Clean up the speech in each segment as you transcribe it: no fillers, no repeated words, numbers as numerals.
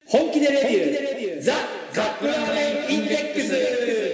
本気でレビューザ・カップラーメンインデックス。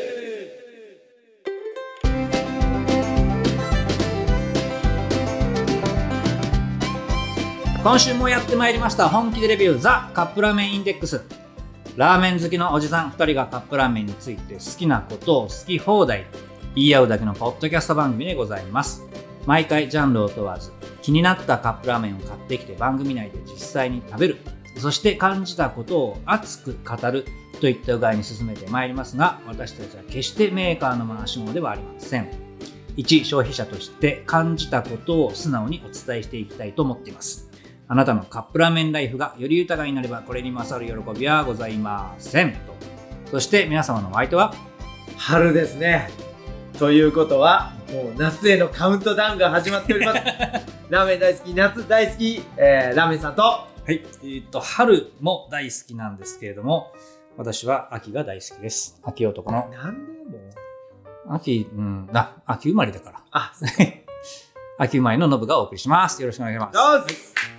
今週もやってまいりました本気でレビューザ・カップラーメンインデックス。ラーメン好きのおじさん2人がカップラーメンについて好きなことを好き放題と言い合うだけのポッドキャスト番組でございます。毎回ジャンルを問わず気になったカップラーメンを買ってきて番組内で実際に食べる、そして感じたことを熱く語るといった具合に進めてまいりますが、私たちは決してメーカーの回し物ではありません。一消費者として感じたことを素直にお伝えしていきたいと思っています。あなたのカップラーメンライフがより豊かになればこれに勝る喜びはございませんと。そして皆様のお相手は春ですね。ということはもう夏へのカウントダウンが始まっておりますラーメン大好き、夏大好き、ラーメンさんと、 はい、春も大好きなんですけれども、私は秋が大好きです。秋男の。 なんでも秋生まれだから。秋生まれのノブがお送りします。よろしくお願いします。 どうぞ。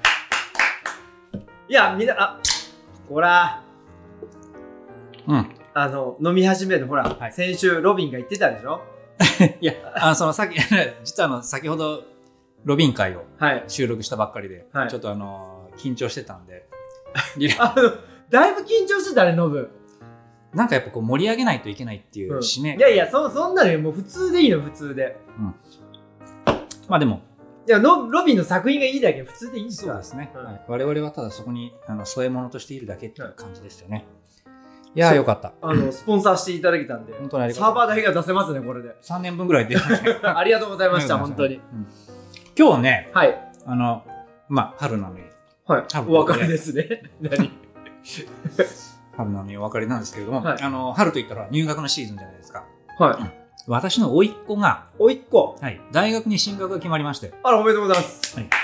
いや、みんな、ほら、飲み始める、ほら、はい、先週ロビンが言ってたでしょいや、実は先ほど、ロビン会を収録したばっかりで、はい、ちょっと緊張してたんで。 だいぶ緊張してたね、ノブ。 なんかやっぱこう盛り上げないといけないっていう使命、 いやいや、そんなのもう普通でいいの、普通で。 まあでも。 いや、ロビンの作品がいいだけ普通でいいんですよ。 そうですね。はい、我々はただそこに添え物としているだけっていう感じですよね。いやーよかった。 スポンサーしていただけたんで、 本当にありがとう。 サーバー代が出せますね、これで。 3年分ぐらいで。 ありがとうございました、本当に。 今日ね、 はい。 春なのに。 はい。お別れですね。何春なのにお別れなんですけれども、 はい、 春といったら入学のシーズンじゃないですか。 はい。 私の甥っ子が、 はい、 大学に進学が決まりまして。 あら、おめでとうございます。 はい。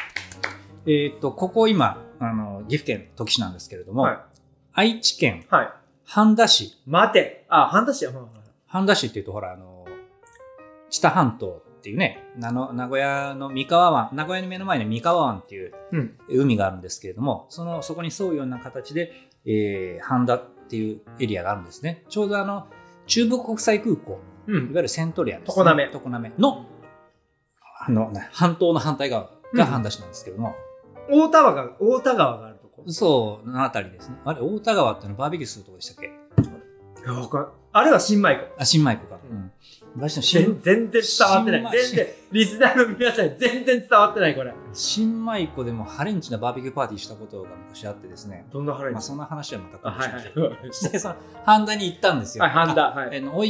ここ今、岐阜県土岐市なんですけれども、はい、愛知県、 はい、 半田市。 待て。半田市や。 半田市っていうと、ほら、知多半島っていうね、名古屋の三河湾、名古屋の目の前に三河湾っていう海があるんですけれども、そこに沿うような形で、半田っていうエリアがあるんですね。ちょうど中部国際空港、いわゆるセントリアですね。常滑の、半島の反対側が半田市なんですけども。 太田川があるとこ。 そう、のあたりですね。あれ、太田川ってのバーベキューするとこでしたっけ？ あれは新米湖。 新米湖か。 全然伝わってない。全然、リスナーの皆さん全然伝わってない、これ。 新米湖でもハレンチなバーベキューパーティーしたことが昔あってですね。 どんなハレンチ？ そんな話はまた今度しましょう。で、半田に行ったんですよ。 はい、半田。はい。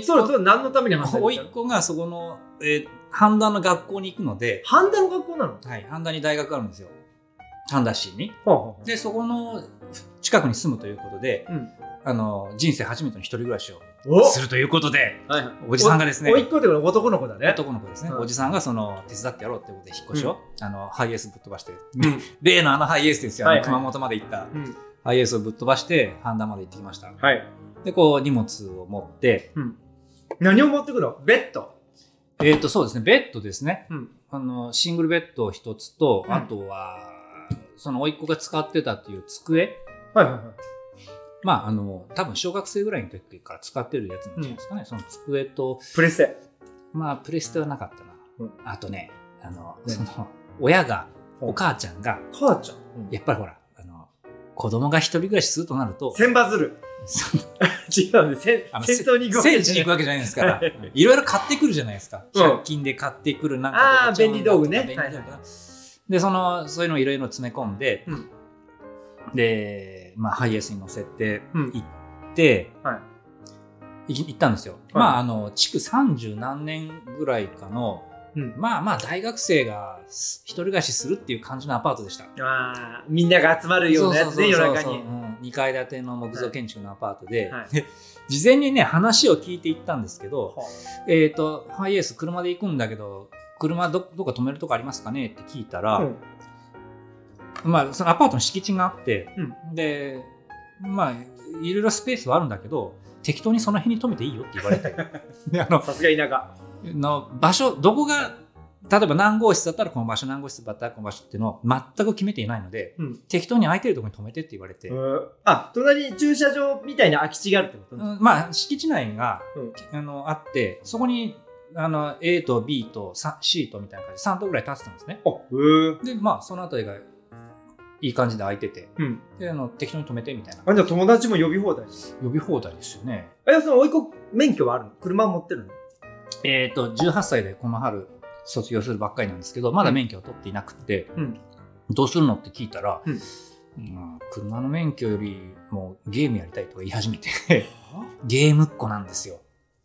そう、何のために半田に行ったの？ 甥っ子がそこの、半田の学校に行くので。 半田の学校なの？ はい、半田に大学あるんですよ。半田市に。で、そこの近くに住むということで、人生初めての一人暮らしをするということで、おじさんがですね、 甥っ子って男の子だね。 男の子ですね。おじさんが手伝ってやろうってことで引っ越しを、ハイエースぶっ飛ばして、例のハイエースですよ、熊本まで行ったハイエースをぶっ飛ばして半田まで行ってきました。で、こう荷物を持って、 何を持ってくの？ベッド？ そうですね、ベッドですね。シングルベッド一つと、あとはその甥っ子が使ってたっていう机。まあ、多分小学生ぐらいの時から使ってるやつなんじゃないですかね。その机と。 プレステ。 まあ、プレステはなかったな。あとね、親が、お母ちゃんが、やっぱりほら、子供が一人暮らしするとなると。 千羽鶴。違うね。戦争に行くわけじゃない。 戦地に行くわけじゃないですから。いろいろ買ってくるじゃないですか。借金で買ってくるなんか。 便利道具ね。 で、そういうのをいろいろ詰め込んで、で、ハイエースに乗せて行って、行ったんですよ。築30何年ぐらいかの、大学生が一人暮らしするっていう感じのアパートでした。 みんなが集まるようなやつね、夜中に。 2階建ての木造建築のアパートで、事前にね、話を聞いて行ったんですけど、ハイエース車で行くんだけど、車どこか止めるとこありますかねって聞いたら、そのアパートの敷地があって、で、いろいろスペースはあるんだけど、適当にその辺に止めていいよって言われて。 さすが田舎。 場所、どこが例えば何号室だったらこの場所、何号室だったらこの場所っていうのを全く決めていないので、適当に空いてるところに止めてって言われて。 隣に駐車場みたいな空き地があるってこと？ まあ、敷地内が、あって、そこに、A と B と C とみたいな感じで3棟ぐらい建ってたんですね。で、まあ、そのあたりがいい感じで空いてて、で適当に止めてみたいな。 じゃあ友達も呼び放題？ 呼び放題ですよね。 その甥っ子免許はあるの？車持ってるの ？18歳でこの春卒業するばっかりなんですけど、まだ免許を取っていなくて、どうするのって聞いたら、車の免許よりもゲームやりたいとか言い始めてゲームっ子なんですよ。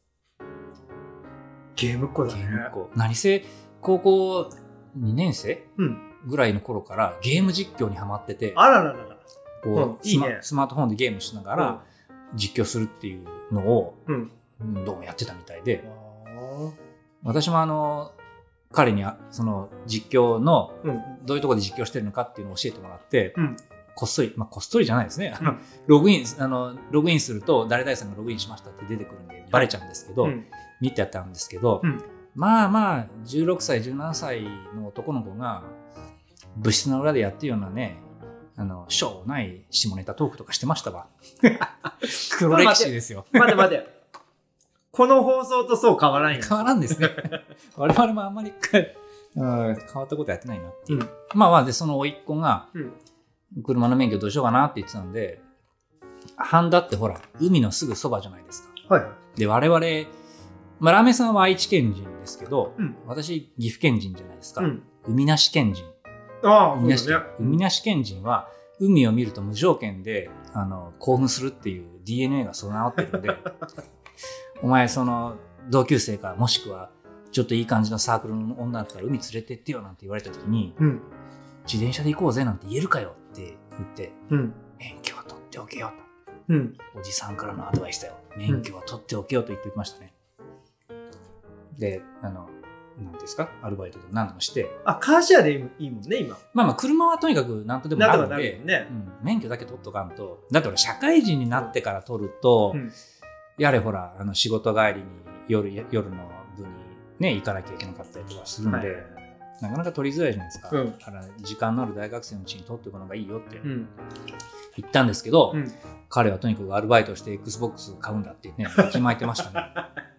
ゲームっ子だね。 ゲームっ子。何せ高校2年生、ぐらいの頃からゲーム実況にハマってて、 あらららら、 こう、いいね、スマートフォンでゲームしながら実況するっていうのを、どうもやってたみたいで、私も彼にその実況のどういうところで実況してるのかっていうのを教えてもらって、こっそり、こっそりじゃないですね。ログインすると誰々さんがログインしましたって出てくるんでバレちゃうんですけど、見てやったんですけど、まあ16歳17歳の男の子が部室の裏でやってるようなね、しょうない下ネタトークとかしてましたわ。黒歴史ですよ。 待て。この放送とそう変わらない。 変わらんですね。我々もあんまり変わったことやってないなっていう。まあで、その甥っ子が、車の免許どうしようかなって言ってたんで、半田ってほら、海のすぐそばじゃないですか。で、我々、ラーメンさんは愛知県人ですけど、私、岐阜県人じゃないですか。海なし県人。海なし県人は、海を見ると無条件で興奮するっていう DNA が備わってるんで、お前その同級生かもしくはちょっといい感じのサークルの女だったら海連れてってよなんて言われた時に、自転車で行こうぜなんて言えるかよって言って、免許は取っておけよと、おじさんからのアドバイスだよ、免許は取っておけよと言っておきましたね。で、なんですか、アルバイトでも何でもして。 カーシェアでいいもんね、今。 車はとにかく何とでもなるので、免許だけ取っとかんと。だって俺、社会人になってから取ると、やれほら、仕事帰りに夜の部にね、行かなきゃいけなかったりとかするんで、なかなか取りづらいじゃないですか。だから時間のある大学生のうちに取っておくのがいいよって言ったんですけど、彼はとにかくアルバイトして Xbox 買うんだってね、気巻いてましたね。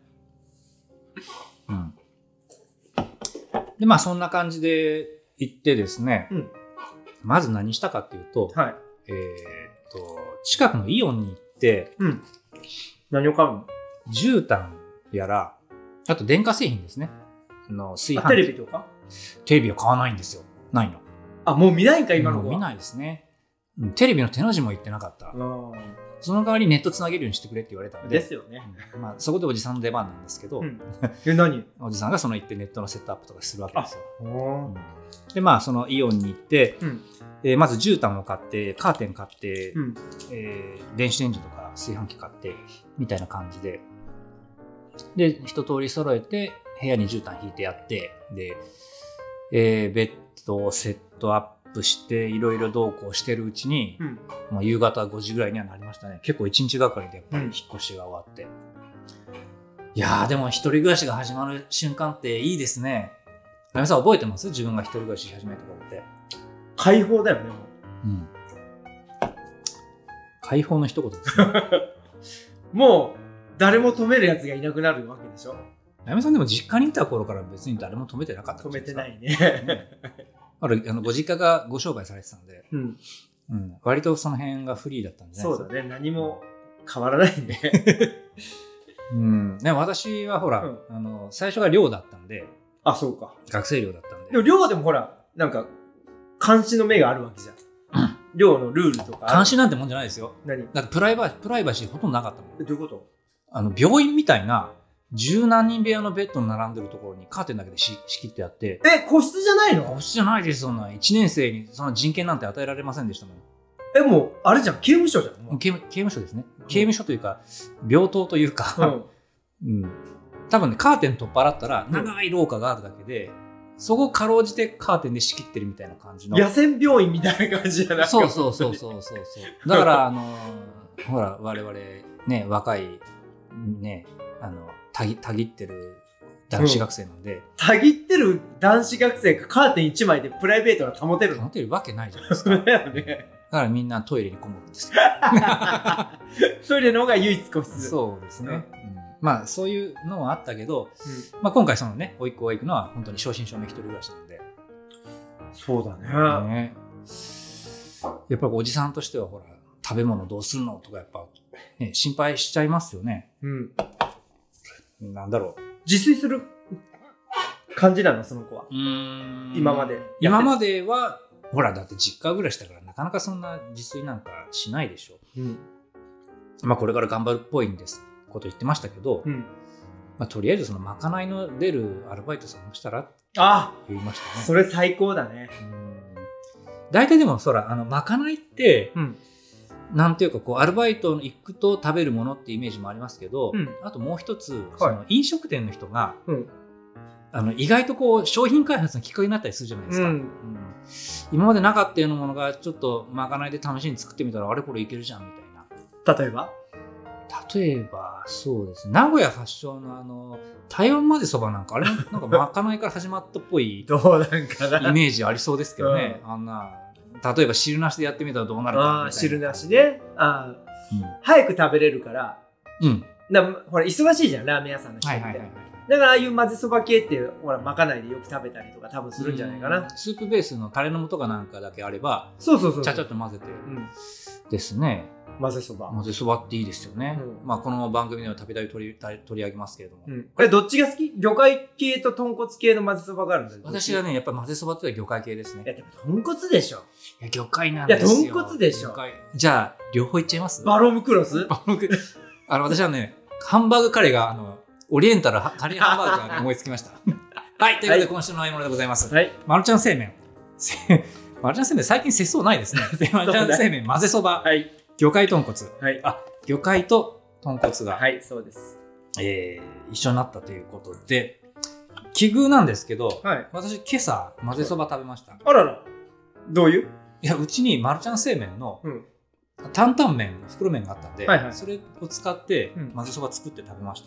で、そんな感じで行ってですね、まず何したかっていうと、近くのイオンに行って、 何を買うの？ 絨毯やら、あと電化製品ですね。炊飯器。 テレビとか？ テレビは買わないんですよ。ないの。 もう見ないんか、今の子は。 見ないですね。テレビの手の字も言ってなかった。その代わりネットつなげるようにしてくれって言われたんで。 ですよね。 そこでおじさんの出番なんですけど、 何？ おじさんが行ってネットのセットアップとかするわけですよ。で、そのイオンに行って、まず絨毯を買って、カーテン買って、電子レンジとか炊飯器買って、みたいな感じで。で、一通り揃えて、部屋に絨毯引いてやって、で、ベッドをセットアップして、いろいろどうこうしてるうちに、もう夕方5時ぐらいにはなりましたね。結構一日がかりでやっぱり引っ越しが終わって。いやー、でも一人暮らしが始まる瞬間っていいですね。なみさん覚えてます？自分が一人暮らし始めた頃って。 解放だよね、もう。 解放の一言ですね。 もう、誰も止めるやつがいなくなるわけでしょ。 なみさんでも実家にいた頃から別に誰も止めてなかったんですか？ 止めてないね。 ご実家がご商売されてたんで、割とその辺がフリーだったんじゃないですか。 そうだね、何も変わらないね。 ね、私はほら、最初が寮だったんで、 そうか。 学生寮だったんで。 でも寮でもほら、なんか、監視の目があるわけじゃん。寮のルールとか。 監視なんてもんじゃないですよ。 何？ だってプライバシーほとんどなかったもん。 どういうこと？ 病院みたいな、十何人部屋のベッドに並んでるところにカーテンだけで仕切ってやって。 個室じゃないの？ 個室じゃないです、そんな。1年生にその人権なんて与えられませんでしたもん。 もう、あれじゃん、刑務所じゃん。 刑務所ですね。刑務所というか、病棟というか、多分ね、カーテン取っ払ったら、長い廊下があるだけで、そこをかろうじてカーテンで仕切ってるみたいな感じの。 野戦病院みたいな感じじゃない？ そう。だから、ほら、我々、ね、若い、ね、たぎってる男子学生なんで、 たぎってる男子学生がカーテン1枚でプライベートが保てるの？ 保てるわけないじゃないですか。 だよね。 だからみんなトイレにこもるんですよ。 トイレの方が唯一個室。 そうですね。まあそういうのはあったけど、まあ今回そのね、甥っ子が行くのは本当に正真正銘一人暮らしなんで。 そうだね。 やっぱりおじさんとしてはほら、食べ物どうするのとかやっぱ、ね、心配しちゃいますよね。なんだろう。 自炊する感じなの、その子は。今まで。 今までは、ほら、だって実家暮らしだからなかなかそんな自炊なんかしないでしょ。まあこれから頑張るっぽいんですこと言ってましたけど、まあとりあえずそのまかないの出るアルバイト探したらって言いましたね。 それ最高だね。 大体でもそら、まかないって、なんていうかこうアルバイト行くと食べるものってイメージもありますけど、あともう一つ、その飲食店の人が、意外とこう商品開発のきっかけになったりするじゃないですか。今までなかったようなものがちょっとまかないで試しに作ってみたらあれこれいけるじゃんみたいな。例えばそうですね、名古屋発祥の台湾まぜそばなんかあれなんかまかないから始まったっぽいどうなんかなイメージありそうですけどね。あんな例えば汁なしでやってみたらどうなるかみたいな。 汁なしね。早く食べれるから。ほら忙しいじゃん、ラーメン屋さんの人って。だからああいう混ぜそば系ってほらまかないでよく食べたりとか多分するんじゃないかな。 スープベースのタレの素かなんかだけあれば、ちゃちゃっと混ぜてですね。 混ぜそば。 混ぜそばっていいですよね。まあこの番組ではたびたび取り上げますけれども。 どっちが好き？魚介系と豚骨系の混ぜそばがあるんだよ。 私はね、やっぱ混ぜそばって魚介系ですね。 いやでも豚骨でしょ。 いや魚介なんですよ。 いや豚骨でしょ。 じゃあ両方いっちゃいます？ バロムクロス？ 私はね、ハンバーグカレーがオリエンタルカレーハンバーグが思いつきました。はい、ということで今週の合い物でございます。マルちゃん製麺。マルちゃん製麺最近世相ないですね。マルちゃん製麺混ぜそば。魚介豚骨。魚介と豚骨が、 そうです。 一緒になったということで、奇遇なんですけど、私今朝混ぜそば食べました。 あらら。どういう？ いや、うちにマルちゃん製麺の担々麺、袋麺があったんで、それを使って混ぜそば作って食べました。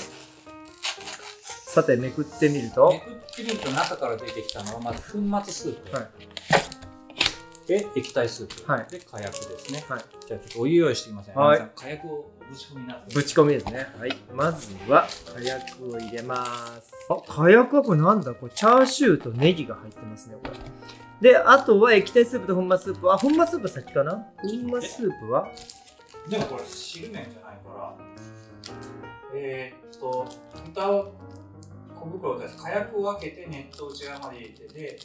さて、めくってみると中から出てきたのはまず粉末スープ。で、液体スープ。で、火薬ですね。じゃあちょっとお湯用意してみません。火薬をぶち込みになって。 ぶち込みですね。まずは火薬を入れます。火薬はこれなんだ？これチャーシューとネギが入ってますね、これ。で、あとは液体スープと粉末スープ。粉末スープ先かな？粉末スープはでもこれ汁麺じゃないから、蓋を小袋です。火薬を分けて熱湯を内側まで入れてで、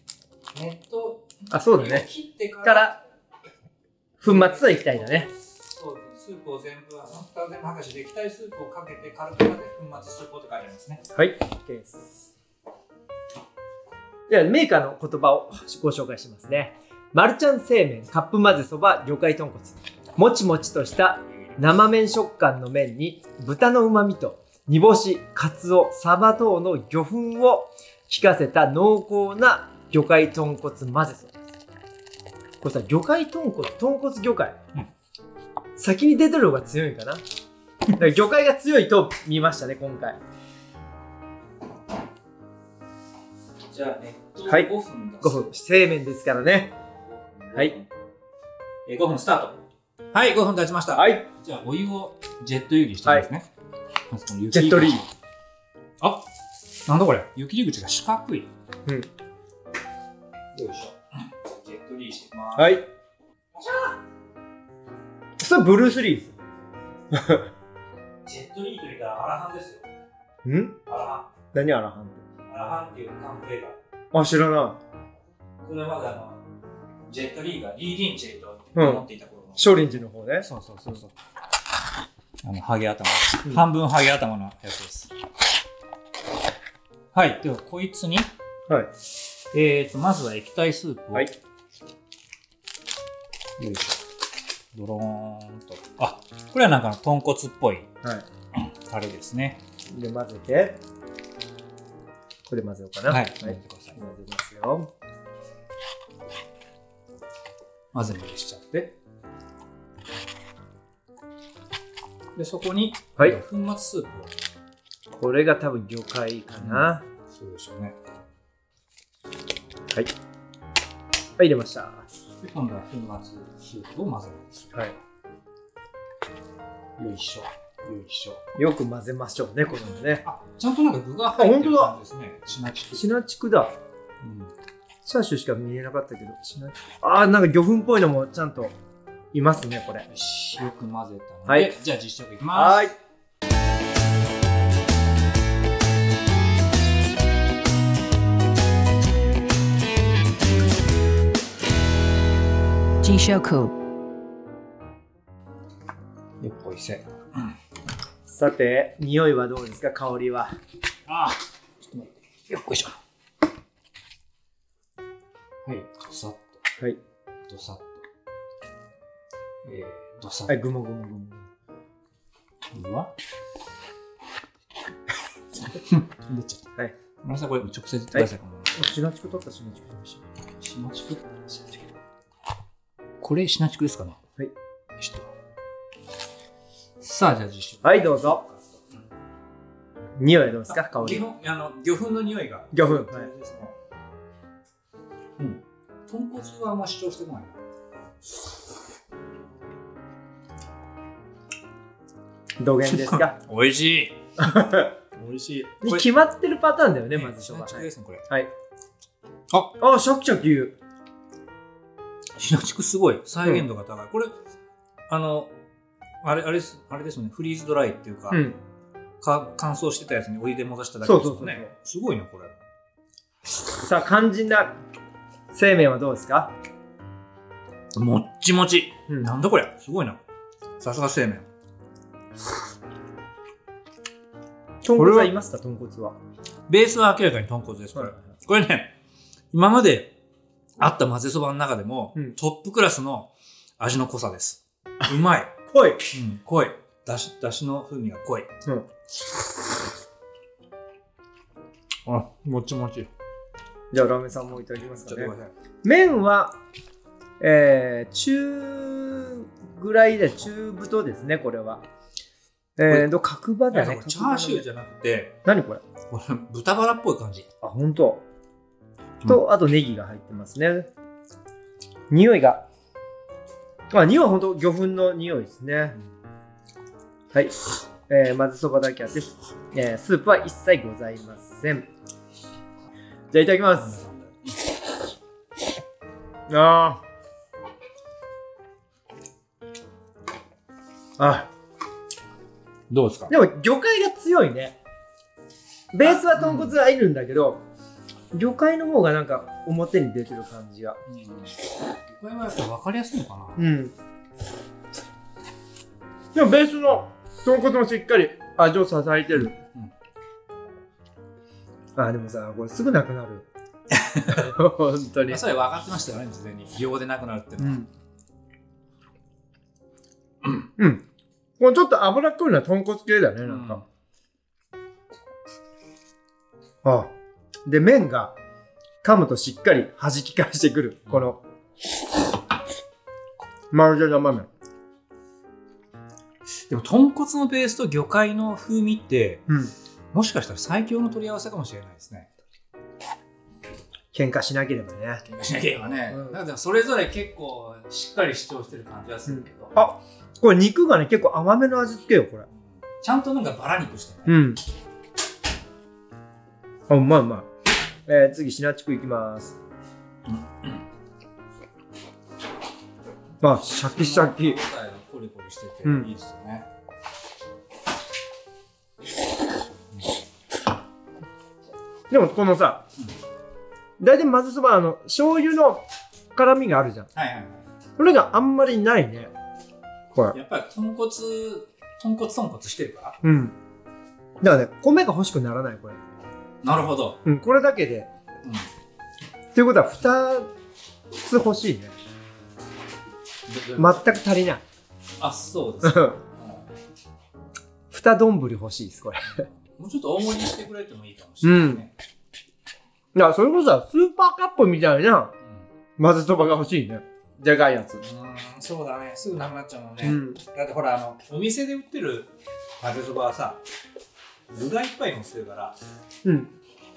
そうだね。 切ってから粉末と液体だね。 そうです。スープを全部剥がして液体スープをかけて軽く混ぜて粉末スープをって書いてありますね。 はい、OK です。ではメーカーの言葉をご紹介しますね。マルちゃん製麺カップ混ぜそば魚介豚骨。もちもちとした生麺食感の麺に豚の旨味と煮干し、カツオ、サバ等の魚粉を効かせた濃厚な魚介豚骨混ぜそばです。これさ、魚介豚骨魚介。先に出てる方が強いかな。だから魚介が強いと見ましたね、今回。 じゃあね、5分です。 5分。製麺ですからね。はい。 5分スタート。はい、5分経ちました。 はい。 じゃあ、お湯をジェット湯切りしてみますね。まずこのジェットリー。 なんだこれ。湯切り口が四角い。よいしょ。ジェットリーしていきます。 はい。それブルース・リーズ。 ジェットリーと言ったらアラハンですよ。アラハン。 何アラハンって？ アラハンっていうカンプ映画。 知らない。 それまでジェットリーがリー・リンチェイと思っていた頃の。 少林寺の方ね。 そう。ハゲ頭。半分ハゲ頭のやつです。はい。では、こいつに、まずは液体スープを。よいしょ。ドローンと。これはなんか豚骨っぽいタレですね。 で、混ぜて。これで混ぜようかな。 混ぜてください。 混ぜますよ。 混ぜしちゃって。で、そこに、粉末スープをこれが多分魚介かな。 そうでしょうね。 はい。はい、入れました。 で、今度は粉末スープを混ぜます。 はい。 よいしょ。よいしょ。 よく混ぜましょうね、これもね。 あ、ちゃんとなんか具が入ってる感じですね。シナチク。 シナチクだ。 うん。 チャーシューしか見えなかったけど、シナチク。あー、なんか魚粉っぽいのもちゃんといますね、これ。 よし。よく混ぜたので、 はい、 じゃあ実食いきます。 はい。 Jishoku。 よっこいせ。 さて、匂いはどうですか、香りは。 ああ、ちょっと待って。よっこいしょ。はい、ドサッと。 はい。 ドサッと。ドサッと。 はい、ぐもぐもぐも。 うわ飛んでっちゃった。 はい。 ごめんなさい、これ直接言ってください。 シナチク取ったシナチクシナチクこれシナチクですかね。 はい。 ちょっと。さあ、じゃあ実食。 はい、どうぞ。匂いはどうですか、香り。 魚粉の匂いが。 魚粉。はい。 ですね。うん。豚骨はあんま主張してこないな。 どげんですか。 美味しい。美味しい。 決まってるパターンだよね、まずシナチクですね、これ。 はい。 あ、 シャキシャキ言う。 シナチクすごい。再現度が高い。これ、あれですね、フリーズドライっていうか、乾燥してたやつにお湯で戻しただけですよね。そうすごいな、これ。 さあ、肝心な製麺はどうですか。 もっちもち。なんだこれ。すごいな。さすが製麺。 豚骨はいますか、豚骨は。 ベースは明らかに豚骨です、これ。これね、今まであった混ぜそばの中でも、トップクラスの味の濃さです。うまい。 濃い。 濃い。だしの風味が濃い。あ、もちもち。 じゃあ、ラーメンさんもいただきますかね。麺は、中ぐらいで中太ですね、これは。角張だね。 チャーシューじゃなくて、 何これ。 これ豚バラっぽい感じ。 あ、ほんと。と、あとネギが入ってますね。匂いが。匂いはほんと魚粉の匂いですね。はい。混ぜそばだけです。スープは一切ございません。じゃあいただきます。 どうですか。 でも魚介が強いね。ベースは豚骨はいるんだけど、魚介の方がなんか表に出てる感じが。 魚介はやっぱ分かりやすいのかな。 でもベースの豚骨もしっかり味を支えてる。でもさ、これすぐなくなる。本当に。 それ分かってましたよね、事前に。秒でなくなるってのは。 これちょっと脂っこいのは豚骨系だね、なんか。で、麺が噛むとしっかり弾き返してくる。この、マルゲラ豆。 でも、豚骨のベースと魚介の風味って、もしかしたら最強の取り合わせかもしれないですね。 喧嘩しなければね。 喧嘩しなければね。だからそれぞれ結構しっかり主張してる感じはするけど。 これ肉がね、結構甘めの味付けよ、これ。 ちゃんとなんかバラ肉してね。 うまい。次、シナチクいきます。シャキシャキ。 コリコリしてていいですよね。 でもこのさ、大体混ぜそば醤油の辛みがあるじゃん。これがあんまりないね。これ。 やっぱり豚骨してるから。 だからね、米が欲しくならない、これ。 なるほど。 これだけで。っていうことは2つ欲しいね。全く足りない。 そうです。 2丼欲しいです、これ。 もうちょっと大盛りにしてくれてもいいかもしれないね。 いや、それこそさ、スーパーカップみたいな混ぜそばが欲しいね。でかいやつ。 そうだね。すぐなくなっちゃうもんね。だってほら、お店で売ってる混ぜそばはさ、 具がいっぱい乗ってるから、 うん。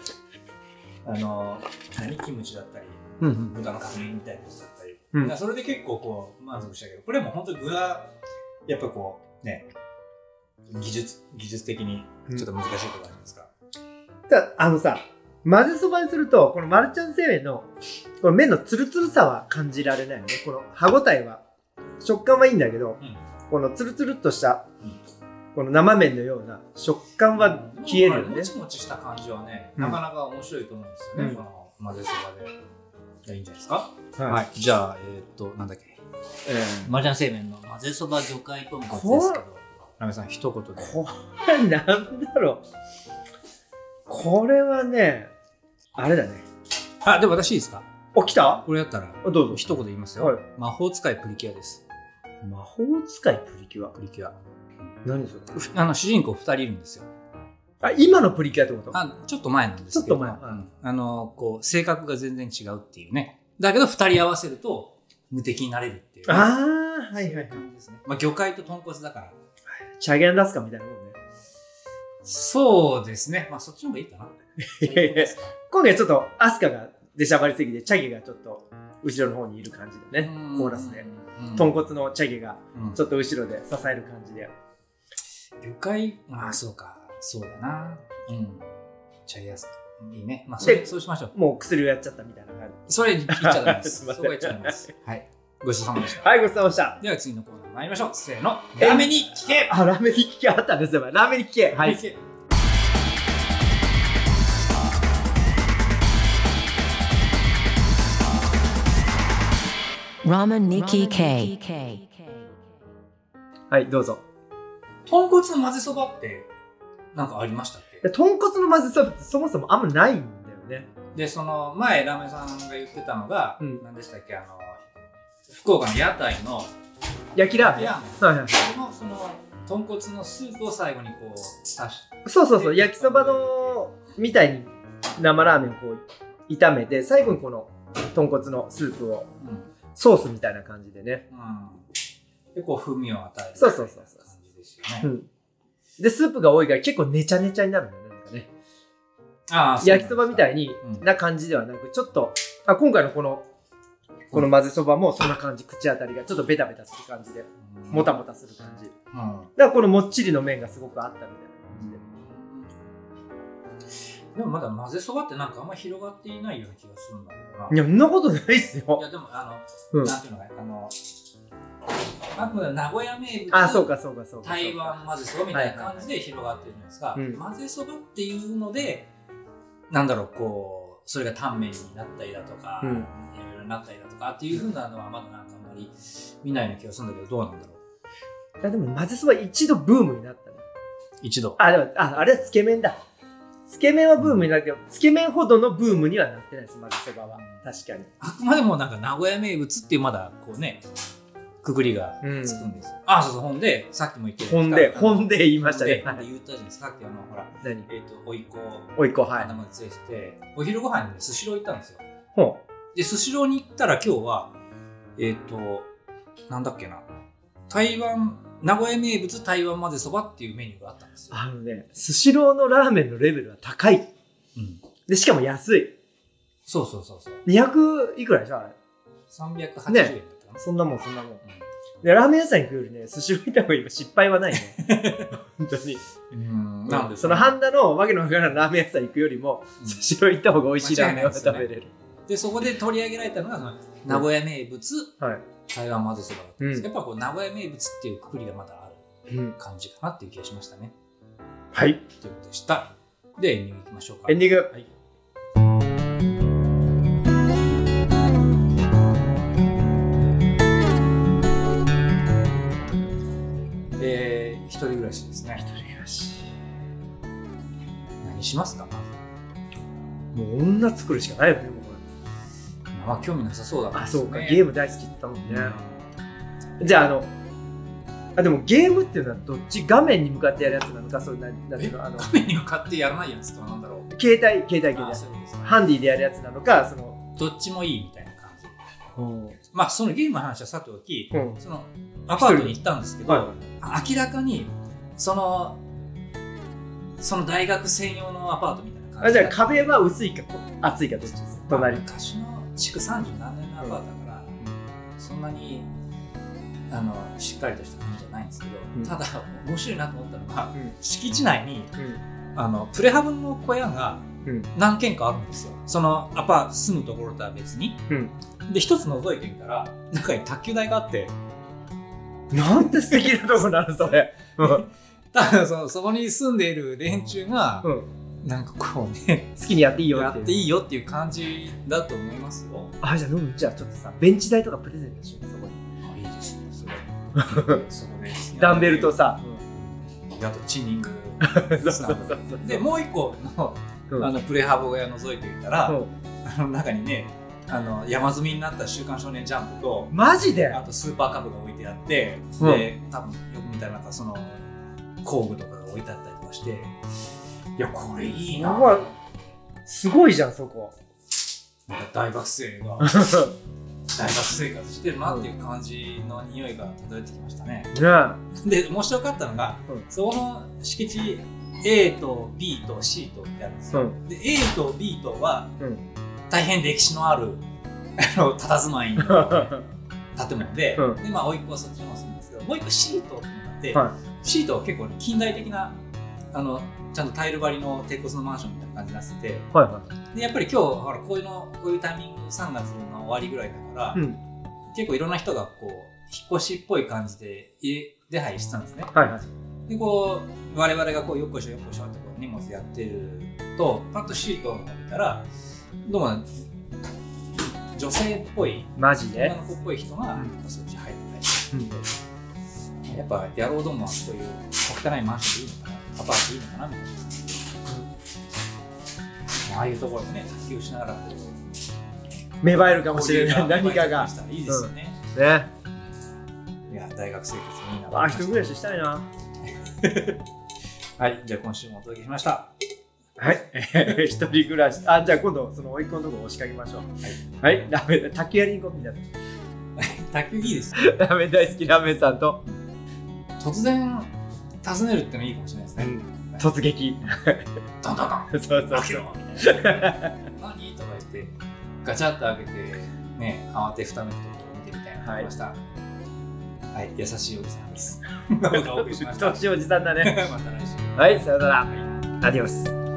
キムチだったり、 うん豚の角煮みたいなやつだったり、 うんそれで結構こう満足したけど、これも本当に具がやっぱこうね、技術的にちょっと難しいところありますか。 さ、混ぜそばにすると、このマルちゃん製麺のこの麺のツルツルさは感じられないよね。この歯ごたえは、食感はいいんだけど、このツルツルっとした、この生麺のような食感は消えるよね。 もちもちした感じはね、なかなか面白いと思うんですよね。この混ぜそばで。いいんじゃないですか。はい。じゃあ、なんだっけ。マルちゃん製麺の混ぜそば魚介豚骨ですけど、ラメさん一言で。 これなんだろう。これはね、あれだね。 でも私いいですか。 来た？ これやったら、 どうぞ。 一言言いますよ。魔法使いプリキュアです。 魔法使いプリキュア？ プリキュア。 何それ？ 主人公2人いるんですよ。 今のプリキュアってこと？ ちょっと前なんですけど。ちょっと前。こう、性格が全然違うっていうね。だけど2人合わせると無敵になれるっていう、ね。 はいはいはい。 魚介と豚骨だから。 チャゲンダスカみたいなもんね。 そうですね。そっちの方がいいかな。 今回ちょっとアスカが出しゃばりすぎて、チャゲがちょっと後ろの方にいる感じでね。コーラスで。豚骨のチャゲがちょっと後ろで支える感じで。 魚介、そうか。そうだな。チャゲアスカ。いいね。そうしましょう。 もう薬をやっちゃったみたいな感じ。 それ言っちゃダメです。そこは言っちゃダメです。はい。ごちそうさまでした。 はい、ごちそうさまでした。 では次のコーナー参りましょう。せーの。ラーメンに聞け。 ラーメンに聞けあったんですよ。ラーメンに聞け。はい。 ラーメンに聞け。 はい、どうぞ。 豚骨の混ぜそばってなんかありましたっけ？ 豚骨の混ぜそばってそもそもあんまないんだよね。 で、その前ラーメンさんが言ってたのが、何でしたっけ、福岡の屋台の焼きラーメン。はいはい。 その豚骨のスープを最後にこう足して。 そう焼きそばのみたいに生ラーメンをこう炒めて、最後にこの豚骨のスープをソースみたいな感じでね。 でこう風味を与える。 そう感じですよね。 でスープが多いから結構ネチャネチャになるんだよね。なんかね。焼きそばみたいにな感じではなく、ちょっと今回のこの混ぜそばもそんな感じ。口当たりがちょっとベタベタする感じで、もたもたする感じ。だからこのもっちりの麺がすごくあったみたいな感じで。 でもまだ混ぜそばってなんかあんま広がっていないような気がするんだけどな。 いや、そんなことないっすよ。 いやでもなんていうのかあくまで名古屋名物。 そうか。 台湾混ぜそばみたいな感じで広がってるじゃないですか。混ぜそばっていうので、なんだろう、こうそれがタンメンになったりだとか、いろいろなったりだとかっていう風なのはまだなんかあんまり見ないような気がするんだけど、どうなんだろう。 いやでも混ぜそば一度ブームになったね。 一度。 でもあれはつけ麺だ。つけ麺はブームになるけど、つけ麺ほどのブームにはなってないです、混ぜそばは。確かに。 あくまでもなんか名古屋名物っていうまだこうね、くくりがつくんです。そうほんで、さっきも言ってる。 ほんで言いましたね。 言ったじゃないですか。さっきほら、おいっ子、はい。頭について、お昼ご飯にスシロー行ったんですよ。で、スシローに行ったら今日は、なんだっけな、名古屋名物台湾混ぜそばっていうメニューがあったんですよ。 スシローのラーメンのレベルは高い。で、しかも安い。 そう。 200いくらでしょあれ。 380円だったかな。 そんなもん。で、ラーメン屋さん行くよりね、スシロー行った方が今失敗はないね。本当に。なんでその半田のわけのわからないラーメン屋さん行くよりも、スシロー行った方が美味しいラーメンを食べれる。 で、そこで取り上げられたのが、名古屋名物、台湾混ぜそばだったんです。やっぱこう、名古屋名物っていうくくりがまだある感じかなっていう気がしましたね。 はい。 ということでした。で、エンディングいきましょうか。 エンディング。はい。 一人暮らしですね。 一人暮らし。 何しますか？ もう女作るしかないよね、もう。 興味なさそうだもんね。 そうか、ゲーム大好きって言ったもんね。じゃあでもゲームっていうのはどっち？画面に向かってやるやつなのか、そういう画面に向かってやらないやつとはなんだろう。 携帯。ハンディでやるやつなのか、 どっちもいいみたいな感じ。そのゲームの話はさておき、そのアパートに行ったんですけど、明らかにそのその大学専用のアパートみたいな感じ。 じゃあ壁は薄いか厚いかどっちですか？隣。 昔の築30何年のアパートだから、そんなにしっかりとした感じじゃないんですけど、ただ面白いなと思ったのが、敷地内に、プレハブの小屋が何軒かあるんですよ。そのアパート住むところとは別に。で一つ覗いてみたら中に卓球台があって、 なんて素敵なとこなのそれ。 多分そこに住んでいる連中が、なんかこうね、 好きにやっていいよって。 やっていいよっていう感じだと思いますよ。 じゃあじゃあちょっとさ、ベンチ台とかプレゼントしよう、そこに。 いいですね、それね、 ダンベルとさ、 あとチンニングそうで、もう一個のプレハブ小屋覗いてみたら、中にね、山積みになった週刊少年ジャンプと、 マジで？ あとスーパーカブが置いてあって、で多分よく見たらなんかその工具とかが置いてあったりとかして、いやこれいいな、 すごいじゃんそこ。 なんか大学生が大学生活してるなっていう感じの匂いが漂ってきましたね。で面白かったのが、そこの敷地 A と B と C とってあるんですよ。で A と B とは、大変歴史のある佇まいの建物で、でまあ甥っ子はそっちの方が住むんですけど、もう一個 C 棟っていうのがあって、シートは結構、ね、近代的なちゃんとタイル張りの鉄骨のマンションみたいな感じになってて、でやっぱり今日ほらこういうタイミング3月の終わりぐらいだから、結構いろんな人がこう引っ越しっぽい感じで出入りしてたんですね。でこう我々がこうよっこいしょよっこいしょってこう荷物やってるとパッとシートを見たらどうも女性っぽいマジで女の子っぽい人がそっち入ってたり、やっぱ野郎どもはそういう汚いマンションでいいのかな、アパートでいいのかなみたいな、ああいうところでね卓球しながらこう芽生えるかもしれない何かがいいですよね。いや大学生活いいな。 一人暮らししたいな。 はい、じゃあ今週もお届けしました。 はい、一人暮らし。じゃあ今度その甥っ子のとこ押しかけましょう。はい、ラーメン卓球やりに行こうみんなで。 卓球いいです。 ラーメン大好きラーメンさんと突然訪ねるってのいいかもしれないですね。 突撃。 どんどんどん。 そう開けろみたいな。何とか言ってガチャッと開けてね、慌てふためくところを見てみたいなと思いました。はい、優しいおじさんです。僕がお送りしました。 年おじさんだね。 また来週。 はい、さよなら。アディオス。